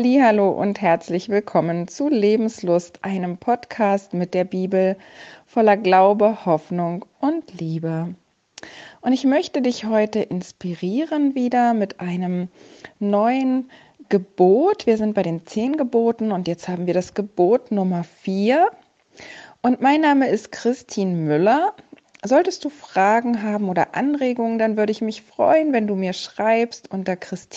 Hallihallo und herzlich willkommen zu Lebenslust, einem Podcast mit der Bibel voller Glaube, Hoffnung und Liebe. Und ich möchte dich heute inspirieren wieder mit einem neuen Gebot. Wir sind bei den 10 Geboten und jetzt haben wir das Gebot Nummer 4. Und mein Name ist Christine Müller. Solltest du Fragen haben oder Anregungen, dann würde ich mich freuen, wenn du mir schreibst unter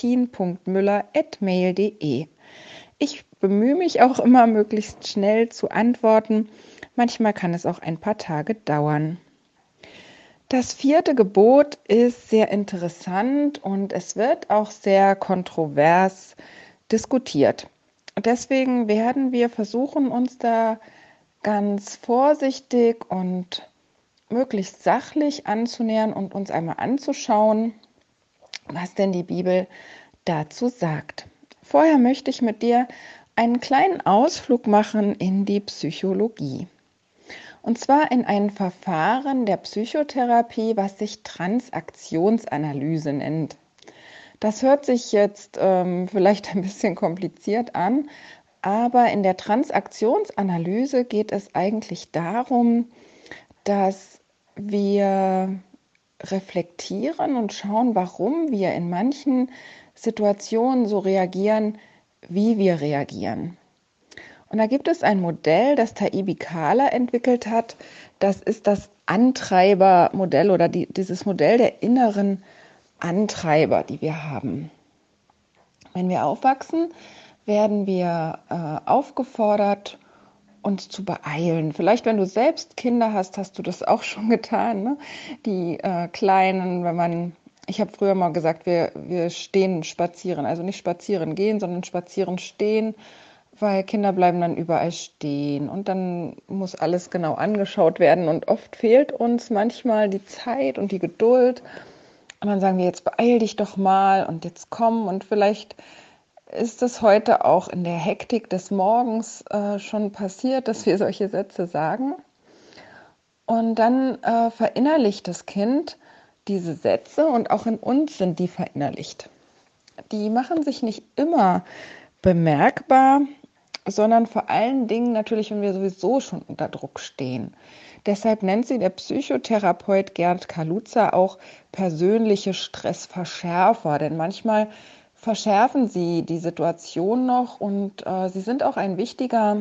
christine.müller@mail.de. Ich bemühe mich auch immer, möglichst schnell zu antworten. Manchmal kann es auch ein paar Tage dauern. Das 4. Gebot ist sehr interessant und es wird auch sehr kontrovers diskutiert. Deswegen werden wir versuchen, uns da ganz vorsichtig und möglichst sachlich anzunähern und uns einmal anzuschauen, was denn die Bibel dazu sagt. Vorher möchte ich mit dir einen kleinen Ausflug machen in die Psychologie. Und zwar in ein Verfahren der Psychotherapie, was sich Transaktionsanalyse nennt. Das hört sich jetzt vielleicht ein bisschen kompliziert an, aber in der Transaktionsanalyse geht es eigentlich darum, dass wir reflektieren und schauen, warum wir in manchen Situationen so reagieren, wie wir reagieren. Und da gibt es ein Modell, das Taibbi Kahler entwickelt hat. Das ist das Antreibermodell oder dieses Modell der inneren Antreiber, die wir haben. Wenn wir aufwachsen, werden wir aufgefordert, uns zu beeilen. Vielleicht, wenn du selbst Kinder hast, hast du das auch schon getan. Ne? Die Kleinen, ich habe früher mal gesagt, wir stehen spazieren. Also nicht spazieren gehen, sondern spazieren stehen, weil Kinder bleiben dann überall stehen. Und dann muss alles genau angeschaut werden. Und oft fehlt uns manchmal die Zeit und die Geduld. Und dann sagen wir, jetzt beeil dich doch mal und jetzt komm. Und vielleicht ist es heute auch in der Hektik des Morgens schon passiert, dass wir solche Sätze sagen. Und dann verinnerlicht das Kind diese Sätze und auch in uns sind die verinnerlicht. Die machen sich nicht immer bemerkbar, sondern vor allen Dingen natürlich, wenn wir sowieso schon unter Druck stehen. Deshalb nennt sie der Psychotherapeut Gerd Kaluza auch persönliche Stressverschärfer, denn manchmal verschärfen sie die Situation noch und sie sind auch ein wichtiger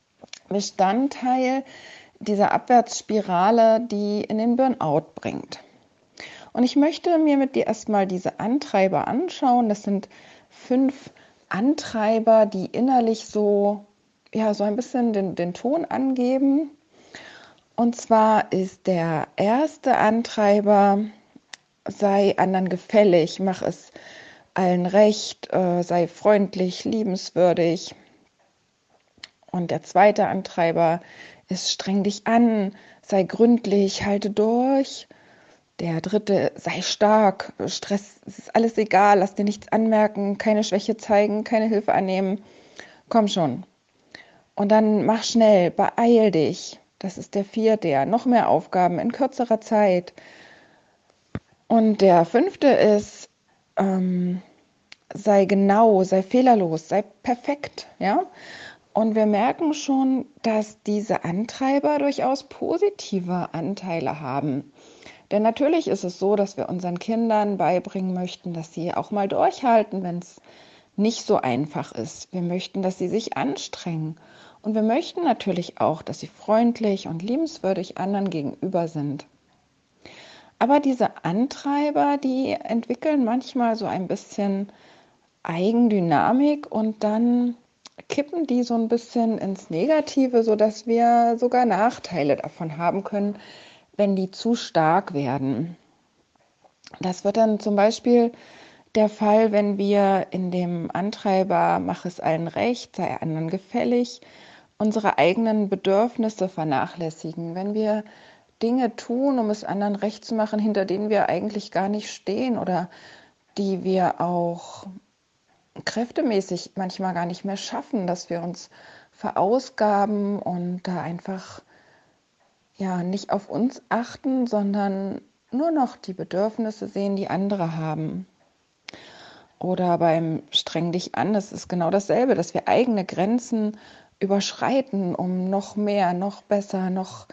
Bestandteil dieser Abwärtsspirale, die in den Burnout bringt. Und ich möchte mir mit dir erstmal diese Antreiber anschauen. Das sind 5 Antreiber, die innerlich so ein bisschen den Ton angeben. Und zwar ist der erste Antreiber, sei anderen gefällig, mach es allen recht, sei freundlich, liebenswürdig. Und der zweite Antreiber ist, streng dich an, sei gründlich, halte durch. Der dritte, sei stark, Stress, es ist alles egal, lass dir nichts anmerken, keine Schwäche zeigen, keine Hilfe annehmen. Komm schon. Und dann mach schnell, beeil dich. Das ist der vierte, noch mehr Aufgaben in kürzerer Zeit. Und der 5. ist, sei genau, sei fehlerlos, sei perfekt, ja. Und wir merken schon, dass diese Antreiber durchaus positive Anteile haben. Denn natürlich ist es so, dass wir unseren Kindern beibringen möchten, dass sie auch mal durchhalten, wenn es nicht so einfach ist. Wir möchten, dass sie sich anstrengen. Und wir möchten natürlich auch, dass sie freundlich und liebenswürdig anderen gegenüber sind. Aber diese Antreiber, die entwickeln manchmal so ein bisschen Eigendynamik und dann kippen die so ein bisschen ins Negative, sodass wir sogar Nachteile davon haben können, wenn die zu stark werden. Das wird dann zum Beispiel der Fall, wenn wir in dem Antreiber mach es allen recht, sei anderen gefällig, unsere eigenen Bedürfnisse vernachlässigen. Wenn wir Dinge tun, um es anderen recht zu machen, hinter denen wir eigentlich gar nicht stehen oder die wir auch kräftemäßig manchmal gar nicht mehr schaffen, dass wir uns verausgaben und da einfach nicht auf uns achten, sondern nur noch die Bedürfnisse sehen, die andere haben. Oder beim Streng dich an, das ist genau dasselbe, dass wir eigene Grenzen überschreiten, um noch mehr, noch besser, noch,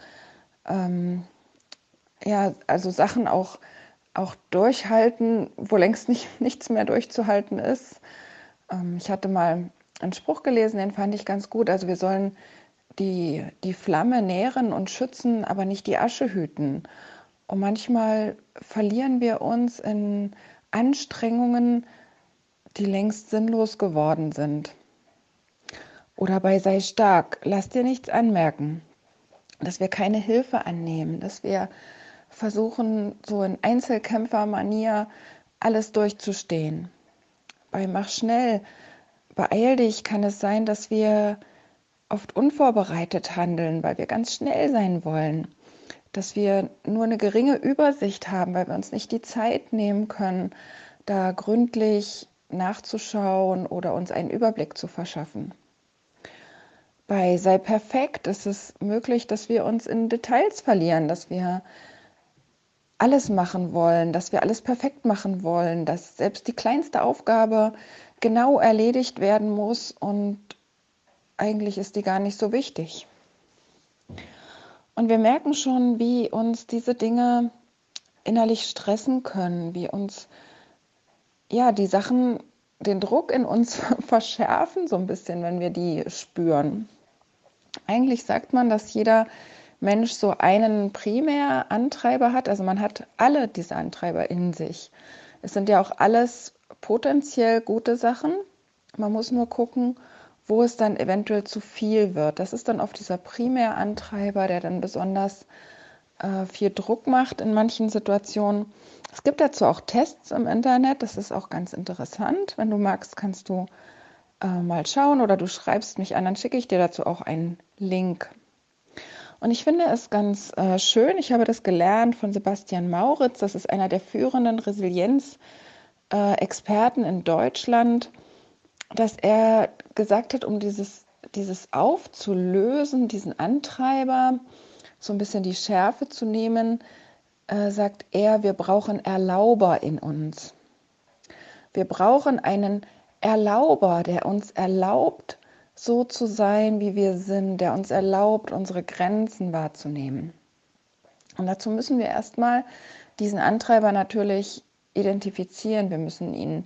ja, also Sachen auch durchhalten, wo längst nichts mehr durchzuhalten ist. Ich hatte mal einen Spruch gelesen, den fand ich ganz gut. Also wir sollen die Flamme nähren und schützen, aber nicht die Asche hüten. Und manchmal verlieren wir uns in Anstrengungen, die längst sinnlos geworden sind. Oder bei sei stark, lass dir nichts anmerken, dass wir keine Hilfe annehmen, dass wir versuchen, so in Einzelkämpfermanier alles durchzustehen. Bei mach schnell, beeil dich, kann es sein, dass wir oft unvorbereitet handeln, weil wir ganz schnell sein wollen, dass wir nur eine geringe Übersicht haben, weil wir uns nicht die Zeit nehmen können, da gründlich nachzuschauen oder uns einen Überblick zu verschaffen. Bei sei perfekt ist es möglich, dass wir uns in Details verlieren, dass wir alles machen wollen, dass wir alles perfekt machen wollen, dass selbst die kleinste Aufgabe genau erledigt werden muss und eigentlich ist die gar nicht so wichtig. Und wir merken schon, wie uns diese Dinge innerlich stressen können, wie uns ja die Sachen den Druck in uns verschärfen, so ein bisschen, wenn wir die spüren. Eigentlich sagt man, dass jeder Mensch so einen Primärantreiber hat. Also man hat alle diese Antreiber in sich. Es sind ja auch alles potenziell gute Sachen. Man muss nur gucken, wo es dann eventuell zu viel wird. Das ist dann oft dieser Primärantreiber, der dann besonders viel Druck macht in manchen Situationen. Es gibt dazu auch Tests im Internet. Das ist auch ganz interessant. Wenn du magst, kannst du mal schauen oder du schreibst mich an, dann schicke ich dir dazu auch einen Link. Und ich finde es ganz schön, ich habe das gelernt von Sebastian Mauritz, das ist einer der führenden Resilienz-Experten in Deutschland, dass er gesagt hat, um dieses aufzulösen, diesen Antreiber, so ein bisschen die Schärfe zu nehmen, sagt er, wir brauchen Erlauber in uns. Wir brauchen einen Erlauber, der uns erlaubt, so zu sein, wie wir sind, der uns erlaubt, unsere Grenzen wahrzunehmen. Und dazu müssen wir erstmal diesen Antreiber natürlich identifizieren. Wir müssen ihn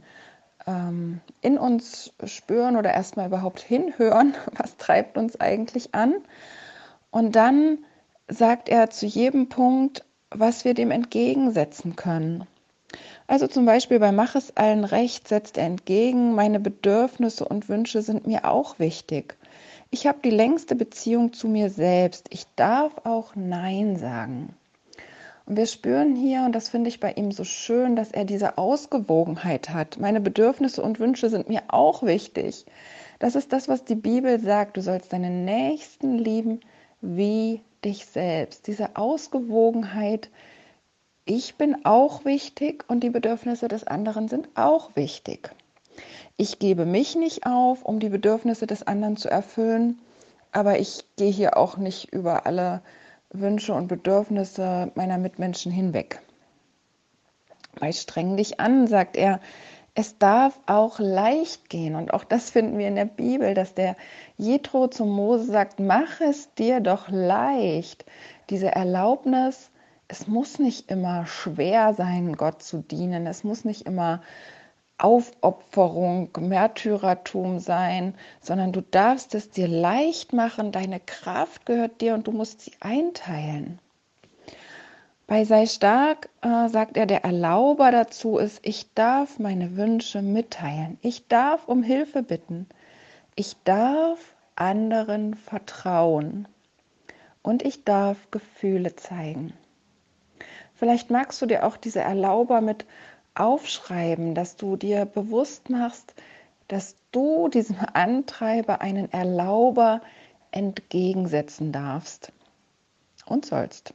in uns spüren oder erstmal überhaupt hinhören, was treibt uns eigentlich an. Und dann sagt er zu jedem Punkt, was wir dem entgegensetzen können. Also zum Beispiel bei Mach es allen recht setzt er entgegen, meine Bedürfnisse und Wünsche sind mir auch wichtig. Ich habe die längste Beziehung zu mir selbst. Ich darf auch Nein sagen. Und wir spüren hier, und das finde ich bei ihm so schön, dass er diese Ausgewogenheit hat. Meine Bedürfnisse und Wünsche sind mir auch wichtig. Das ist das, was die Bibel sagt. Du sollst deinen Nächsten lieben wie dich selbst. Diese Ausgewogenheit, ich bin auch wichtig und die Bedürfnisse des anderen sind auch wichtig. Ich gebe mich nicht auf, um die Bedürfnisse des anderen zu erfüllen, aber ich gehe hier auch nicht über alle Wünsche und Bedürfnisse meiner Mitmenschen hinweg. Bei streng dich an, sagt er, es darf auch leicht gehen. Und auch das finden wir in der Bibel, dass der Jethro zu Mose sagt, mach es dir doch leicht. Diese Erlaubnis, es muss nicht immer schwer sein, Gott zu dienen. Es muss nicht immer Aufopferung, Märtyrertum sein, sondern du darfst es dir leicht machen. Deine Kraft gehört dir und du musst sie einteilen. Bei sei stark sagt er, der Erlauber dazu ist, ich darf meine Wünsche mitteilen. Ich darf um Hilfe bitten. Ich darf anderen vertrauen. Und ich darf Gefühle zeigen. Vielleicht magst du dir auch diese Erlauber mit aufschreiben, dass du dir bewusst machst, dass du diesem Antreiber einen Erlauber entgegensetzen darfst und sollst.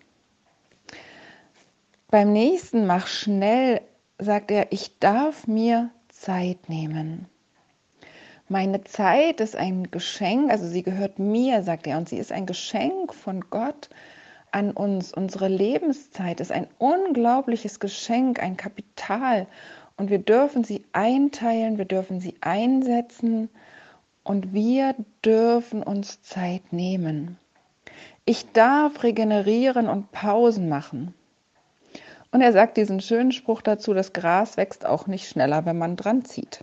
Beim nächsten Mach schnell sagt er, ich darf mir Zeit nehmen. Meine Zeit ist ein Geschenk, also sie gehört mir, sagt er, und sie ist ein Geschenk von Gott an uns. Unsere Lebenszeit ist ein unglaubliches Geschenk, ein Kapital. Und wir dürfen sie einteilen, wir dürfen sie einsetzen und wir dürfen uns Zeit nehmen. Ich darf regenerieren und Pausen machen. Und er sagt diesen schönen Spruch dazu, das Gras wächst auch nicht schneller, wenn man dran zieht.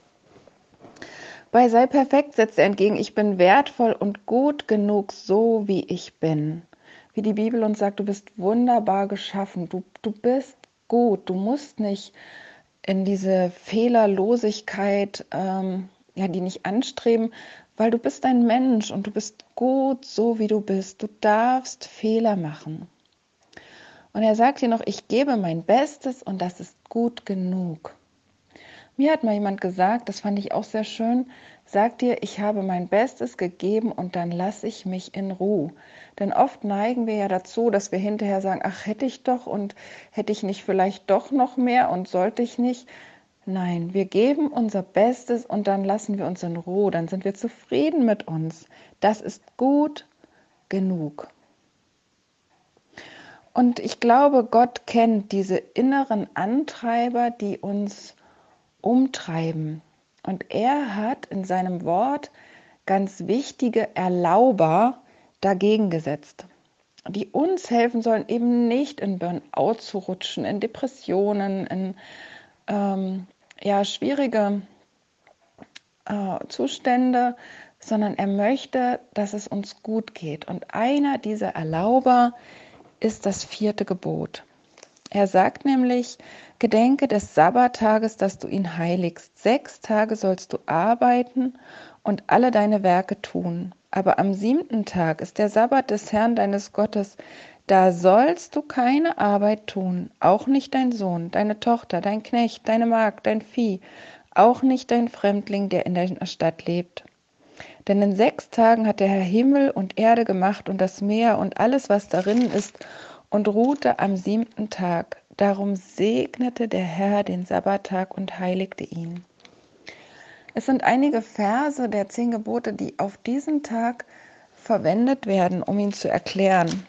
Bei Sei perfekt setzt er entgegen, ich bin wertvoll und gut genug, so wie ich bin. Wie die Bibel uns sagt, du bist wunderbar geschaffen, du bist gut, du musst nicht in diese Fehlerlosigkeit, die nicht anstreben, weil du bist ein Mensch und du bist gut, so wie du bist. Du darfst Fehler machen. Und er sagt hier noch, ich gebe mein Bestes und das ist gut genug. Mir hat mal jemand gesagt, das fand ich auch sehr schön, sag dir, ich habe mein Bestes gegeben und dann lasse ich mich in Ruhe. Denn oft neigen wir ja dazu, dass wir hinterher sagen, ach, hätte ich doch und hätte ich nicht vielleicht doch noch mehr und sollte ich nicht. Nein, wir geben unser Bestes und dann lassen wir uns in Ruhe, dann sind wir zufrieden mit uns. Das ist gut genug. Und ich glaube, Gott kennt diese inneren Antreiber, die uns umtreiben. Und er hat in seinem Wort ganz wichtige Erlauber dagegen gesetzt, die uns helfen sollen, eben nicht in Burnout zu rutschen, in Depressionen, in schwierige Zustände, sondern er möchte, dass es uns gut geht. Und einer dieser Erlauber ist das 4. Gebot. Er sagt nämlich, gedenke des Sabbattages, dass du ihn heiligst. 6 Tage sollst du arbeiten und alle deine Werke tun. Aber am 7. Tag ist der Sabbat des Herrn deines Gottes. Da sollst du keine Arbeit tun, auch nicht dein Sohn, deine Tochter, dein Knecht, deine Magd, dein Vieh, auch nicht dein Fremdling, der in deiner Stadt lebt. Denn in 6 Tagen hat der Herr Himmel und Erde gemacht und das Meer und alles, was darin ist, und ruhte am 7. Tag. Darum segnete der Herr den Sabbattag und heiligte ihn. Es sind einige Verse der 10 Gebote, die auf diesen Tag verwendet werden, um ihn zu erklären.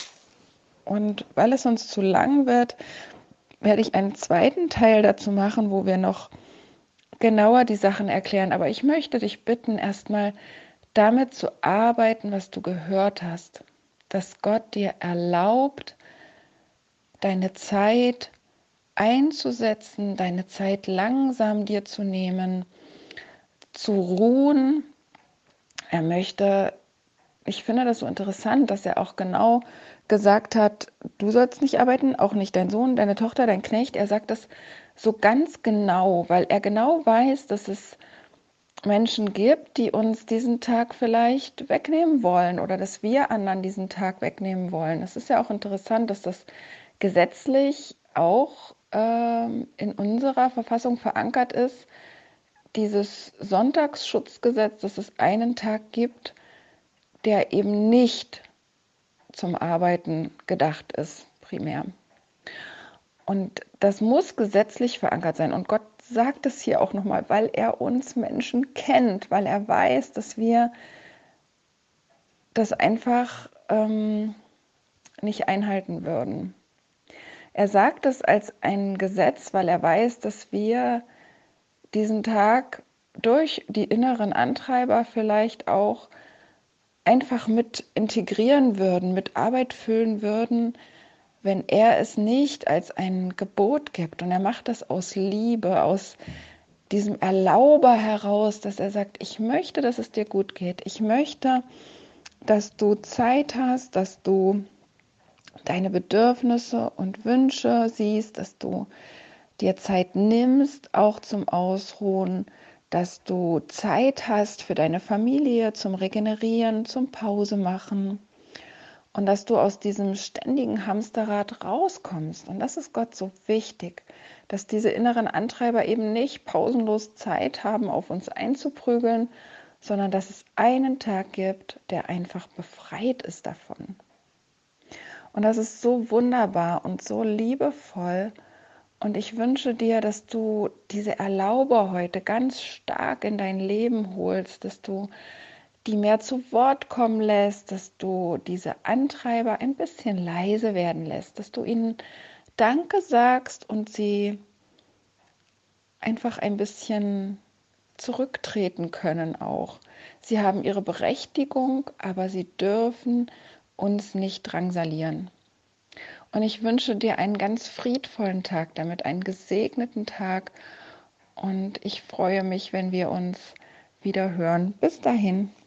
Und weil es uns zu lang wird, werde ich einen zweiten Teil dazu machen, wo wir noch genauer die Sachen erklären. Aber ich möchte dich bitten, erstmal damit zu arbeiten, was du gehört hast. Dass Gott dir erlaubt, deine Zeit einzusetzen, deine Zeit langsam dir zu nehmen, zu ruhen. Er möchte, ich finde das so interessant, dass er auch genau gesagt hat, du sollst nicht arbeiten, auch nicht dein Sohn, deine Tochter, dein Knecht. Er sagt das so ganz genau, weil er genau weiß, dass es Menschen gibt, die uns diesen Tag vielleicht wegnehmen wollen oder dass wir anderen diesen Tag wegnehmen wollen. Es ist ja auch interessant, dass das gesetzlich auch in unserer Verfassung verankert ist, dieses Sonntagsschutzgesetz, dass es einen Tag gibt, der eben nicht zum Arbeiten gedacht ist, primär. Und das muss gesetzlich verankert sein. Und Gott sagt es hier auch nochmal, weil er uns Menschen kennt, weil er weiß, dass wir das einfach nicht einhalten würden. Er sagt es als ein Gesetz, weil er weiß, dass wir diesen Tag durch die inneren Antreiber vielleicht auch einfach mit integrieren würden, mit Arbeit füllen würden, wenn er es nicht als ein Gebot gibt. Und er macht das aus Liebe, aus diesem Erlauber heraus, dass er sagt, ich möchte, dass es dir gut geht. Ich möchte, dass du Zeit hast, dass du deine Bedürfnisse und Wünsche siehst, dass du dir Zeit nimmst, auch zum Ausruhen, dass du Zeit hast für deine Familie, zum Regenerieren, zum Pause machen und dass du aus diesem ständigen Hamsterrad rauskommst. Und das ist Gott so wichtig, dass diese inneren Antreiber eben nicht pausenlos Zeit haben, auf uns einzuprügeln, sondern dass es einen Tag gibt, der einfach befreit ist davon. Und das ist so wunderbar und so liebevoll. Und ich wünsche dir, dass du diese Erlaube heute ganz stark in dein Leben holst, dass du die mehr zu Wort kommen lässt, dass du diese Antreiber ein bisschen leise werden lässt, dass du ihnen Danke sagst und sie einfach ein bisschen zurücktreten können auch. Sie haben ihre Berechtigung, aber sie dürfen uns nicht drangsalieren. Und ich wünsche dir einen ganz friedvollen Tag damit, einen gesegneten Tag. Und ich freue mich, wenn wir uns wieder hören. Bis dahin.